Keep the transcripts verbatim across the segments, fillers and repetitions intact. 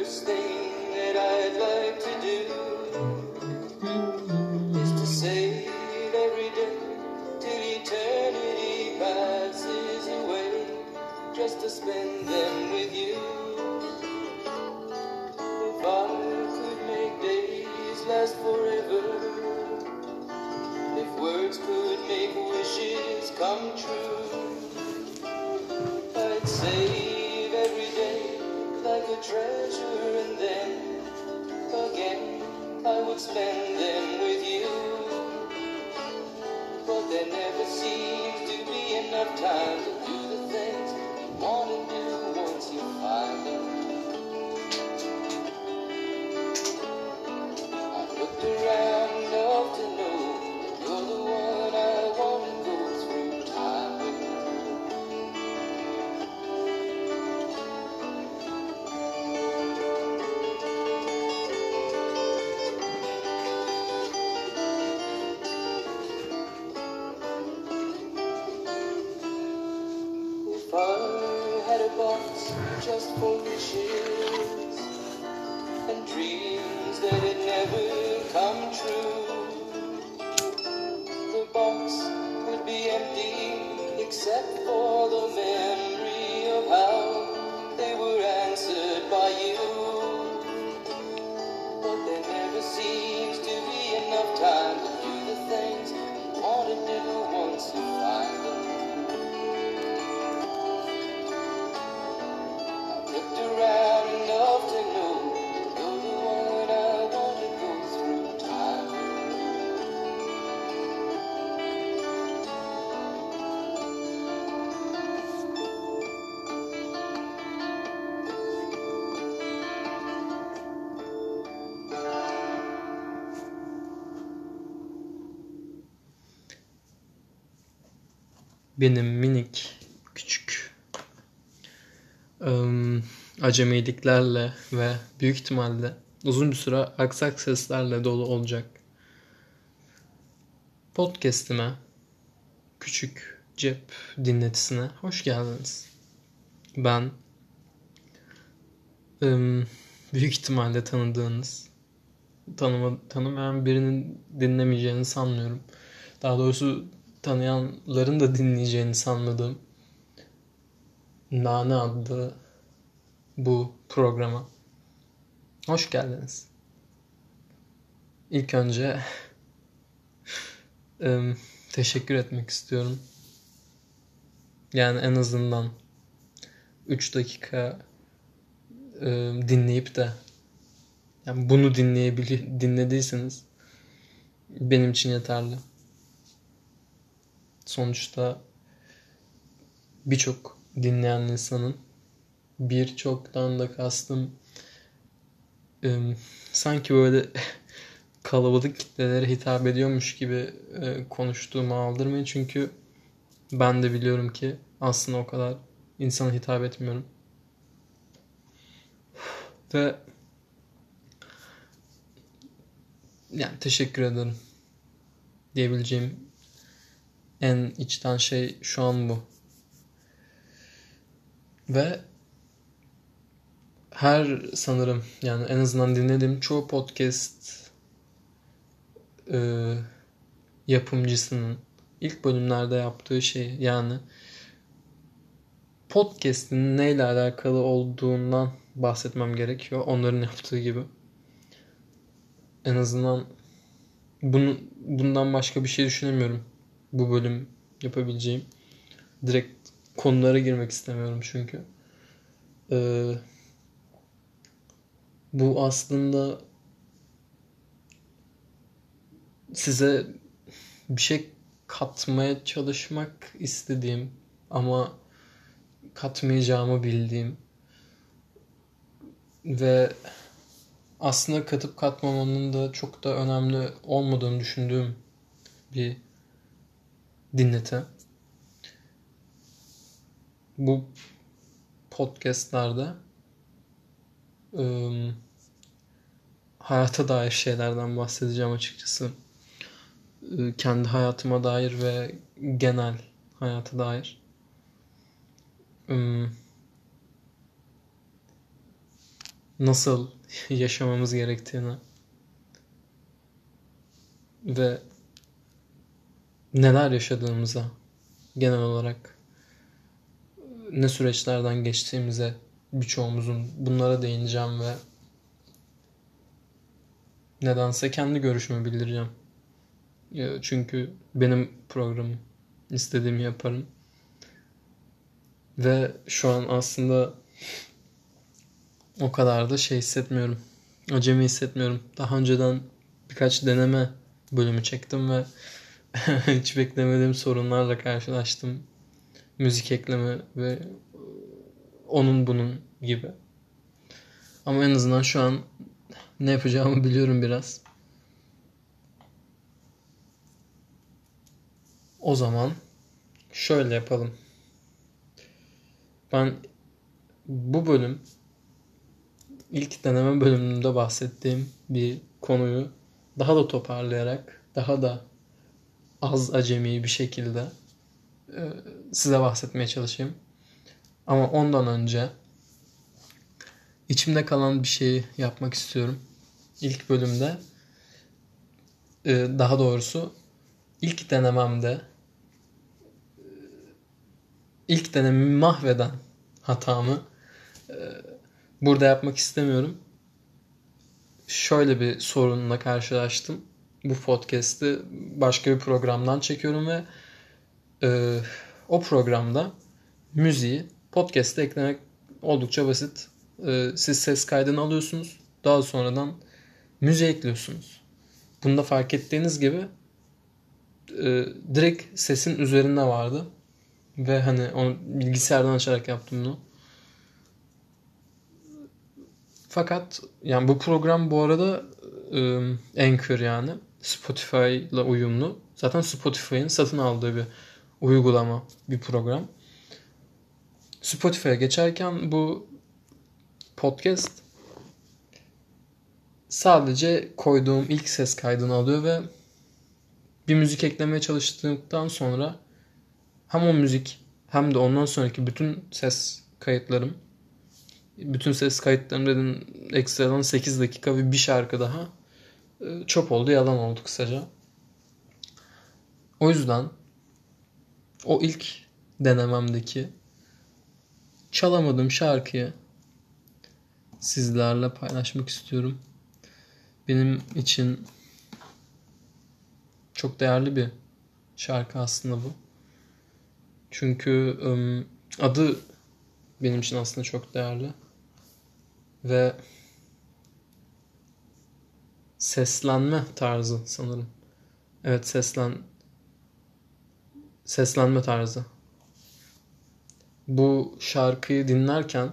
first thing that I'd like to do is to save every day till eternity passes away, just to spend them with you. If I could make days last forever, if words could make wishes come true, I'd save every day like a treasure, and then again I would spend them with you. But there never seems to be enough time to do the things you want to do once you find them. I've looked around enough to know you're the one I want to go through time with. If I had a box just for wishes and dreams that had never come true, the box would be empty except for the memory of how they were answered by you. But there never seems to be enough time to do the things you want to do once you find them. I've looked around enough to know you're the one I want to go through time. Benim minik, küçük, ım, acemiliklerle ve büyük ihtimalle uzun bir süre aksak seslerle dolu olacak podcast'ime, küçük cep dinletisine hoş geldiniz. Ben ım, büyük ihtimalle tanıdığınız, tanıma, tanımayan birinin dinlemeyeceğini sanmıyorum. Daha doğrusu tanıyanların da dinleyeceğini sanmadığım Nane adlı bu programa hoş geldiniz. İlk önce ım, teşekkür etmek istiyorum. Yani en azından üç dakika ım, dinleyip de yani bunu dinleyebili dinlediyseniz benim için yeterli. Sonuçta birçok dinleyen insanın, birçoktan da kastım ım, sanki böyle kalabalık kitlelere hitap ediyormuş gibi e, konuştuğumu aldırmayın. Çünkü ben de biliyorum ki aslında o kadar insana hitap etmiyorum. Ve yani teşekkür ederim diyebileceğim en içten şey şu an bu. Ve her sanırım yani en azından dinlediğim çoğu podcast e, yapımcısının ilk bölümlerde yaptığı şey, yani podcast'in neyle alakalı olduğundan bahsetmem gerekiyor. Onların yaptığı gibi. En azından bunu, bundan başka bir şey düşünemiyorum. Bu bölüm yapabileceğim. Direkt konulara girmek istemiyorum çünkü. Ee, bu aslında size bir şey katmaya çalışmak istediğim ama katmayacağımı bildiğim ve aslında katıp katmamanın da çok da önemli olmadığını düşündüğüm bir dinleti. Bu podcastlerde ıı, hayata dair şeylerden bahsedeceğim açıkçası. Iı, kendi hayatıma dair ve genel hayata dair. Iı, nasıl yaşamamız gerektiğini ve neler yaşadığımıza, genel olarak ne süreçlerden geçtiğimize, birçoğumuzun bunlara değineceğim ve nedense kendi görüşümü bildireceğim. Çünkü benim programım, istediğimi yaparım. Ve şu an aslında o kadar da şey hissetmiyorum. Acemi hissetmiyorum. Daha önceden birkaç deneme bölümü çektim ve hiç beklemediğim sorunlarla karşılaştım. Müzik ekleme ve onun bunun gibi. Ama en azından şu an ne yapacağımı biliyorum biraz. O zaman şöyle yapalım. Ben bu bölüm ilk deneme bölümünde bahsettiğim bir konuyu daha da toparlayarak, daha da az acemi bir şekilde size bahsetmeye çalışayım. Ama ondan önce içimde kalan bir şeyi yapmak istiyorum. İlk bölümde, daha doğrusu ilk denememde, ilk denememi mahveden hatamı burada yapmak istemiyorum. Şöyle bir sorunla karşılaştım. Bu podcast'i başka bir programdan çekiyorum ve e, o programda müziği podcast'e eklemek oldukça basit. E, siz ses kaydını alıyorsunuz. Daha sonradan müziği ekliyorsunuz. Bunda fark ettiğiniz gibi e, direkt sesin üzerinde vardı. Ve hani onu bilgisayardan açarak yaptım bunu. Fakat yani bu program bu arada e, Anchor, yani Spotify ile uyumlu. Zaten Spotify'ın satın aldığı bir uygulama, bir program. Spotify'a geçerken bu podcast sadece koyduğum ilk ses kaydını alıyor ve bir müzik eklemeye çalıştıktan sonra hem o müzik hem de ondan sonraki bütün ses kayıtlarım, bütün ses kayıtlarım dedim ekstradan sekiz dakika ve bir şarkı daha çöp oldu, yalan oldu kısaca. O yüzden o ilk denememdeki çalamadığım şarkıyı sizlerle paylaşmak istiyorum. Benim için çok değerli bir şarkı aslında bu. Çünkü ım, adı benim için aslında çok değerli. Ve seslenme tarzı sanırım. Evet, seslen seslenme tarzı. Bu şarkıyı dinlerken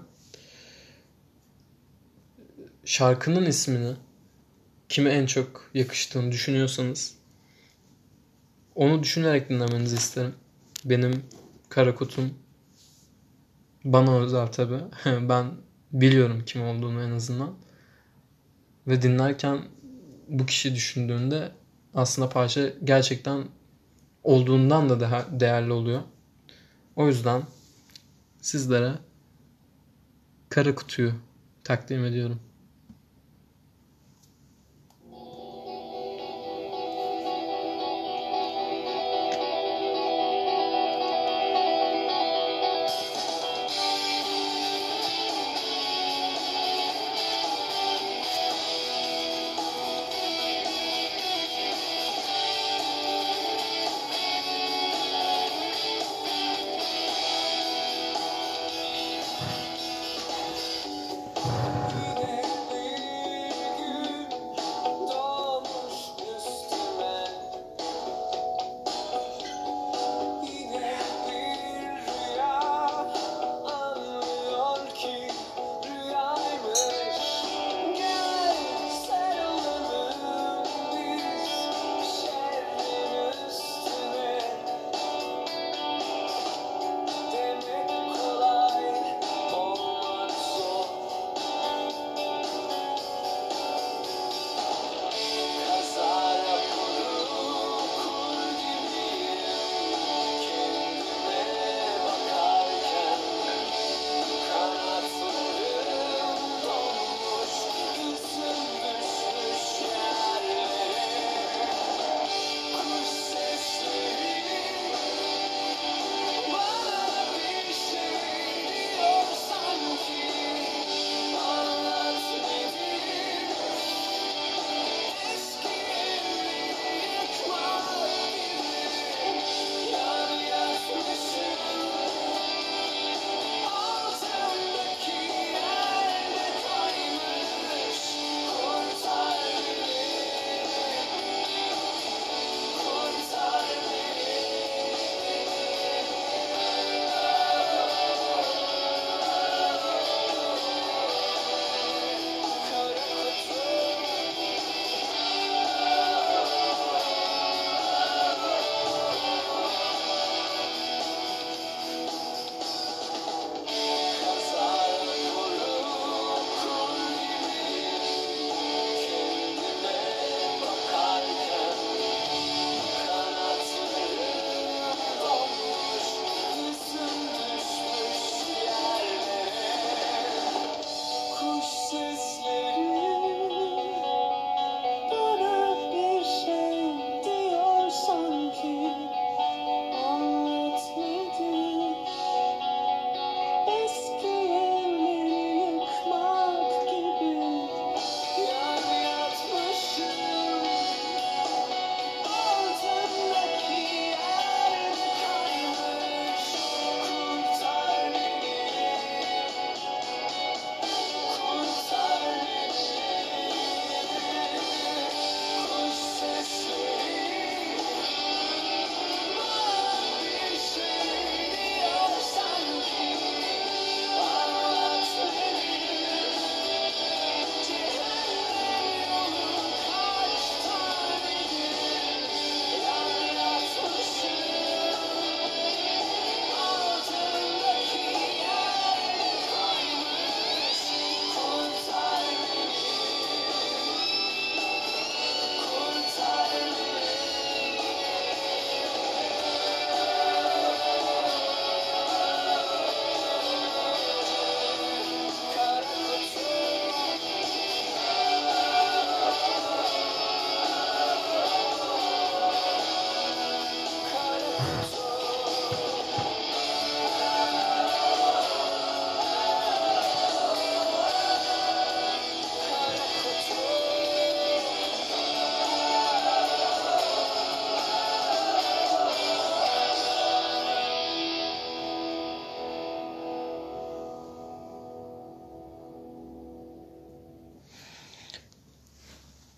şarkının ismini kime en çok yakıştığını düşünüyorsanız onu düşünerek dinlemenizi isterim. Benim kara kutum bana özel tabii. Ben biliyorum kim olduğunu en azından. Ve dinlerken bu kişi düşündüğünde aslında parça gerçekten olduğundan da daha değerli oluyor. O yüzden sizlere Kara Kutu'yu takdim ediyorum.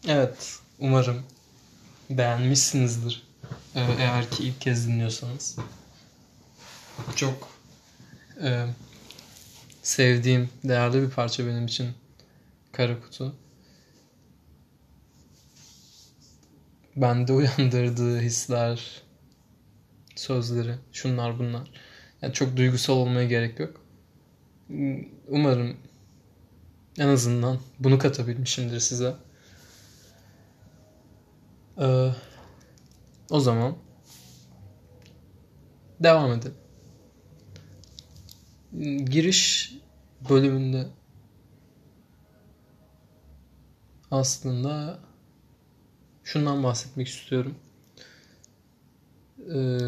Evet, umarım beğenmişsinizdir. Ee, eğer ki ilk kez dinliyorsanız. Çok e, sevdiğim, değerli bir parça benim için Kara Kutu. Bende uyandırdığı hisler, sözleri, şunlar bunlar. Yani çok duygusal olmaya gerek yok. Umarım en azından bunu katabilmişimdir size. Ee, o zaman devam edelim. Giriş bölümünde aslında şundan bahsetmek istiyorum. Ee,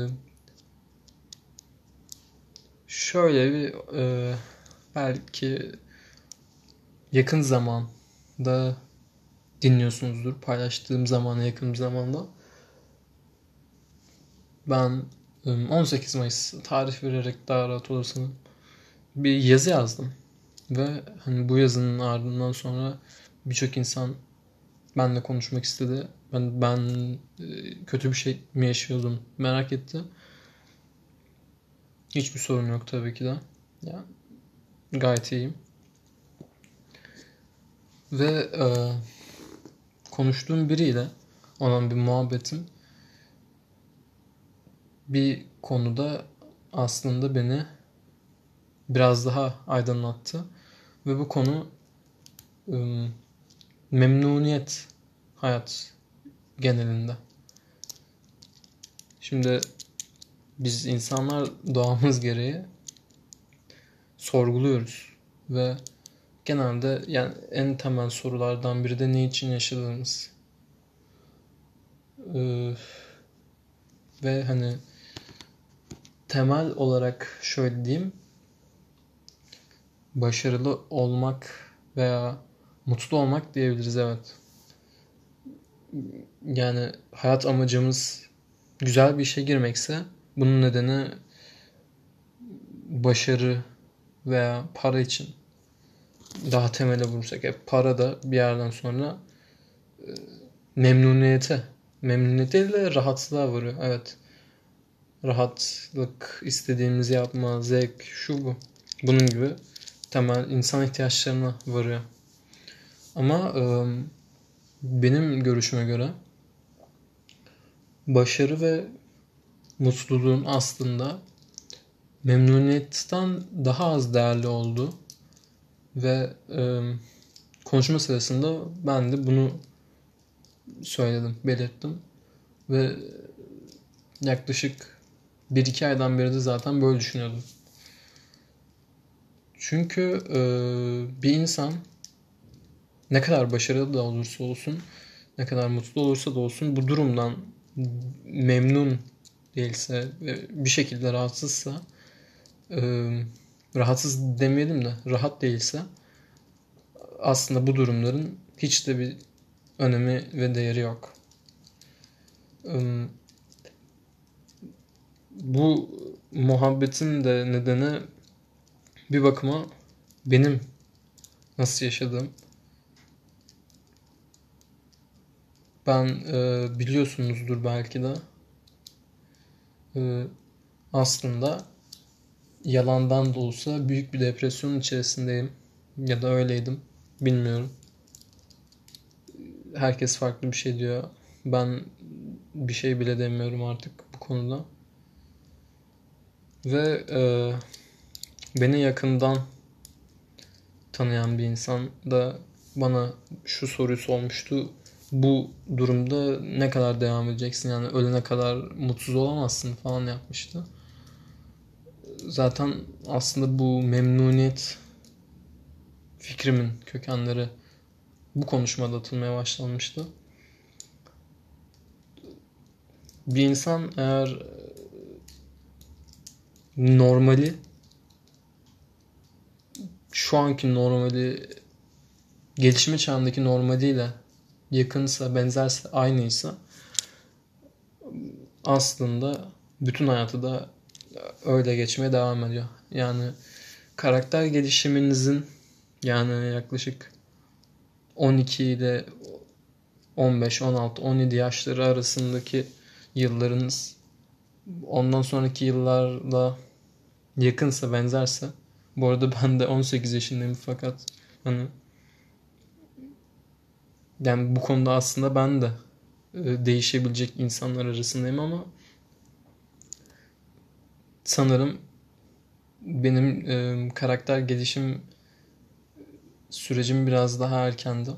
şöyle bir e, belki yakın zamanda dinliyorsunuzdur. Paylaştığım zamana yakın bir zamanda. Ben on sekiz Mayıs tarih vererek daha rahat olursanız bir yazı yazdım. Ve hani bu yazının ardından sonra birçok insan benimle konuşmak istedi. Ben ben kötü bir şey mi yaşıyordum merak etti. Hiçbir sorun yok tabii ki de. Yani gayet iyiyim. Ve e, konuştuğum biriyle olan bir muhabbetim bir konuda aslında beni biraz daha aydınlattı. Ve bu konu ım, memnuniyet hayat genelinde. Şimdi biz insanlar doğamız gereği sorguluyoruz ve genelde yani en temel sorulardan biri de ne için yaşadığımız. Ee, ve hani temel olarak şöyle diyeyim, başarılı olmak veya mutlu olmak diyebiliriz, evet. Yani hayat amacımız güzel bir işe girmekse bunun nedeni başarı veya para için. Daha temele vurursak hep para da bir yerden sonra e, memnuniyete memnuniyet değil de rahatlığa varıyor. Evet. Rahatlık, istediğimizi yapma, zevk, şu bu. Bunun gibi temel insan ihtiyaçlarına varıyor. Ama e, benim görüşüme göre başarı ve mutluluğun aslında memnuniyetten daha az değerli olduğu ve e, konuşma sırasında ben de bunu söyledim, belirttim ve yaklaşık bir iki aydan beri de zaten böyle düşünüyordum. Çünkü e, bir insan ne kadar başarılı da olursa olsun, ne kadar mutlu olursa da olsun bu durumdan memnun değilse ve bir şekilde rahatsızsa, e, rahatsız demeyelim de rahat değilse aslında bu durumların hiç de bir önemi ve değeri yok. E, bu muhabbetin de nedeni bir bakıma benim nasıl yaşadığım. Ben e, biliyorsunuzdur belki de e, aslında yalandan da olsa büyük bir depresyonun içerisindeyim. Ya da öyleydim. Bilmiyorum. Herkes farklı bir şey diyor. Ben bir şey bile demiyorum artık bu konuda. Ve e, beni yakından tanıyan bir insan da bana şu soruyu sormuştu. Bu durumda ne kadar devam edeceksin? Yani ölene kadar mutsuz olamazsın falan yapmıştı. Zaten aslında bu memnuniyet fikrimin kökenleri bu konuşmada atılmaya başlanmıştı. Bir insan eğer normali, şu anki normali, gelişme çağındaki normaliyle yakınsa, benzerse, aynıysa aslında bütün hayatı da öyle geçmeye devam ediyor. Yani karakter gelişiminizin, yani yaklaşık on iki ile on beş, on altı, on yedi yaşları arasındaki yıllarınız ondan sonraki yıllarla yakınsa, benzerse, bu arada ben de on sekiz yaşındayım fakat hani yani bu konuda aslında ben de e, değişebilecek insanlar arasındayım ama sanırım benim e, karakter gelişim sürecim biraz daha erkendi.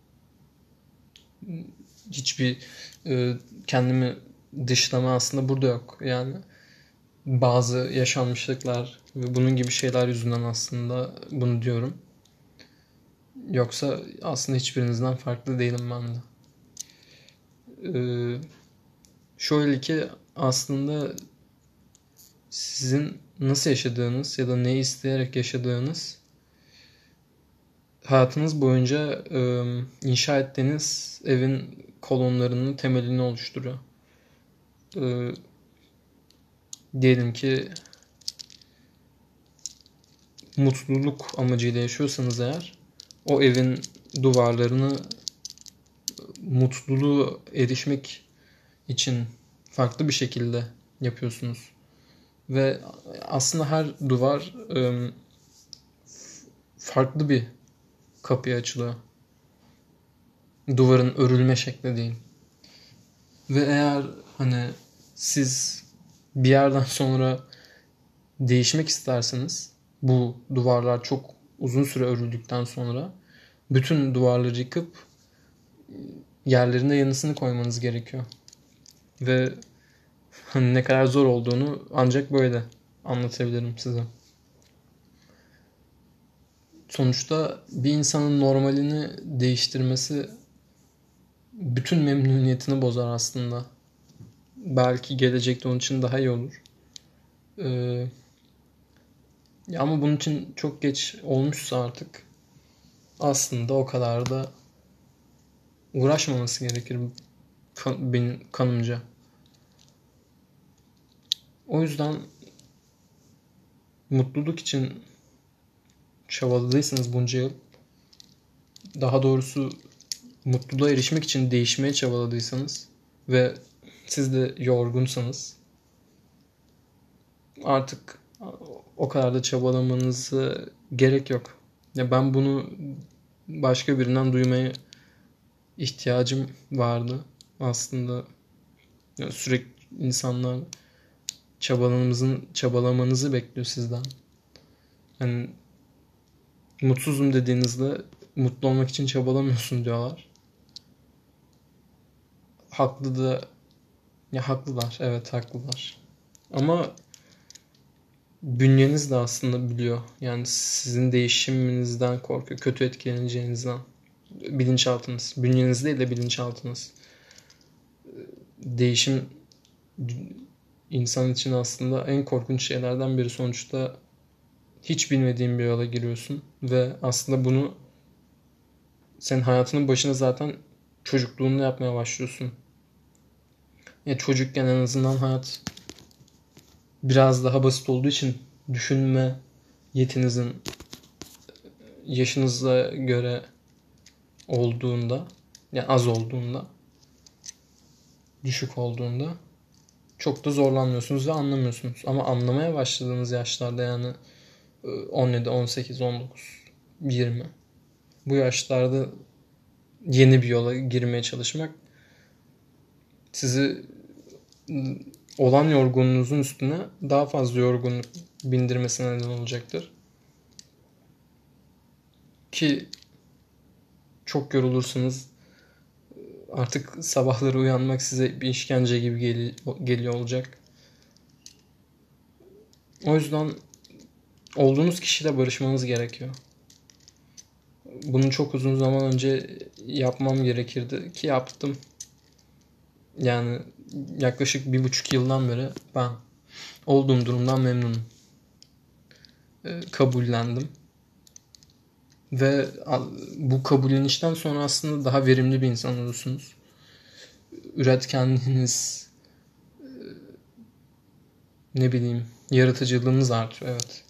Hiçbir e, kendimi dışlama aslında burada yok. Yani bazı yaşanmışlıklar ve bunun gibi şeyler yüzünden aslında bunu diyorum. Yoksa aslında hiçbirinizden farklı değilim ben de. Ee, şöyle ki aslında sizin nasıl yaşadığınız ya da neyi isteyerek yaşadığınız hayatınız boyunca e, inşa ettiğiniz evin kolonlarının temelini oluşturuyor. Ee, diyelim ki mutluluk amacıyla yaşıyorsanız eğer, o evin duvarlarını mutluluğu erişmek için farklı bir şekilde yapıyorsunuz. Ve aslında her duvar e, farklı bir kapıya açılıyor. Duvarın örülme şekli değil. Ve eğer hani siz bir yerden sonra değişmek isterseniz, bu duvarlar çok uzun süre örüldükten sonra bütün duvarları yıkıp yerlerine yenisini koymanız gerekiyor. Ve hani ne kadar zor olduğunu ancak böyle anlatabilirim size. Sonuçta bir insanın normalini değiştirmesi bütün memnuniyetini bozar aslında. Belki gelecekte onun için daha iyi olur. Ee, ama bunun için çok geç olmuşsa artık aslında o kadar da uğraşmaması gerekir kan, benim kanımca. O yüzden mutluluk için çabaladıysanız bunca yıl, daha doğrusu mutluluğa erişmek için değişmeye çabaladıysanız ve siz de yorgunsanız, artık o kadar da çabalamanıza gerek yok. Ya ben bunu başka birinden duymaya ihtiyacım vardı aslında. Yani sürekli insanlar çabalamanızın çabalamanızı bekliyor sizden. Yani mutsuzum dediğinizde mutlu olmak için çabalamıyorsun diyorlar. Haklı da ya haklılar. Evet, haklılar. Ama bünyeniz de aslında biliyor. Yani sizin değişiminizden korkuyor. Kötü etkileneceğinizden. Bilinçaltınız. Bünyeniz değil de bilinçaltınız. Değişim insan için aslında en korkunç şeylerden biri. Sonuçta hiç bilmediğin bir yola giriyorsun ve aslında bunu senin hayatının başına zaten çocukluğunda yapmaya başlıyorsun. Ya çocukken en azından hayat biraz daha basit olduğu için düşünme yetinizin yaşınıza göre olduğunda, yani az olduğunda, düşük olduğunda çok da zorlanmıyorsunuz ve anlamıyorsunuz. Ama anlamaya başladığınız yaşlarda, yani on yedi, on sekiz, on dokuz, yirmi, bu yaşlarda yeni bir yola girmeye çalışmak sizi olan yorgunluğunuzun üstüne daha fazla yorgunluk bindirmesine neden olacaktır. Ki çok yorulursanız artık sabahları uyanmak size bir işkence gibi gel- geliyor olacak. O yüzden olduğunuz kişiyle barışmanız gerekiyor. Bunu çok uzun zaman önce yapmam gerekirdi ki yaptım. Yani yaklaşık bir buçuk yıldan beri ben olduğum durumdan memnunum. E, kabullendim. Ve bu kabullenişten sonra aslında daha verimli bir insan olursunuz. Üretkenliğiniz, ne bileyim, yaratıcılığınız artıyor, evet.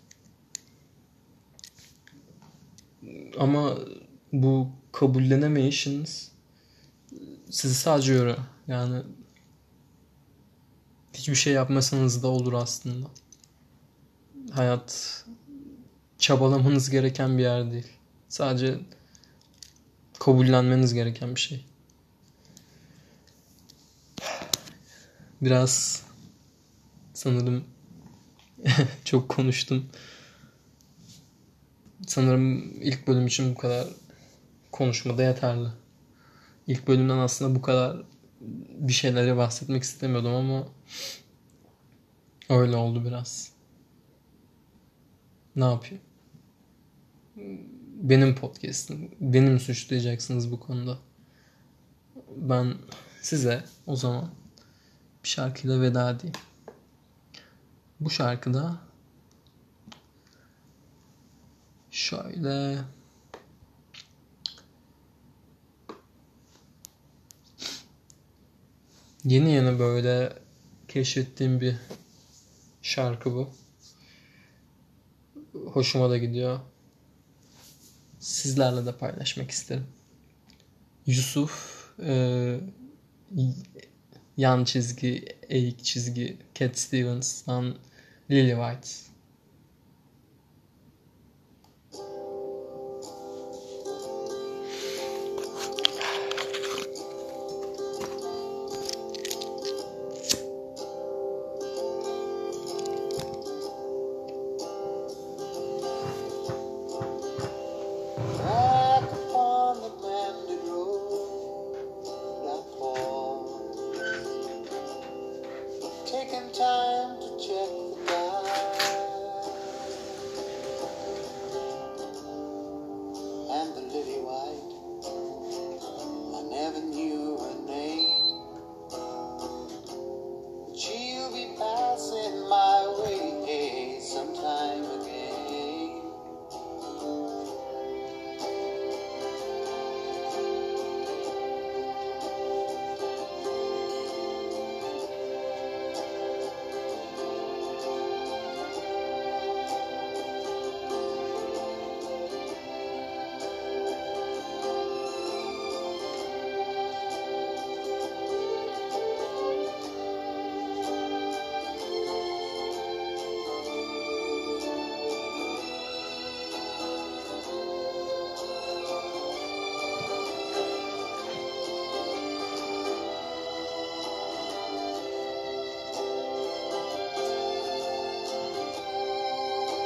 Ama bu kabullenemeyişiniz sizi sadece yoruyor. Yani hiçbir şey yapmasanız da olur aslında. Hayat çabalamanız gereken bir yer değil. Sadece kabullenmeniz gereken bir şey. Biraz sanırım çok konuştum. Sanırım ilk bölüm için bu kadar konuşma da yeterli. İlk bölümden aslında bu kadar bir şeylere bahsetmek istemiyordum ama öyle oldu biraz. Ne yapayım? Benim podcast'im. Benim suçlayacaksınız bu konuda. Ben size o zaman bir şarkıyla veda edeyim. Bu şarkıda şöyle yeni yeni böyle keşfettiğim bir şarkı bu. Hoşuma da gidiyor. Sizlerle de paylaşmak isterim. Yusuf e, yan çizgi, eğik çizgi, Cat Stevens'tan Lily White. Taking time to check the dial and the lily white. I never knew her name. She'll be passing my way sometime again.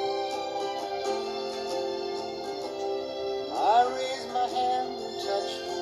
I raise my hand and touch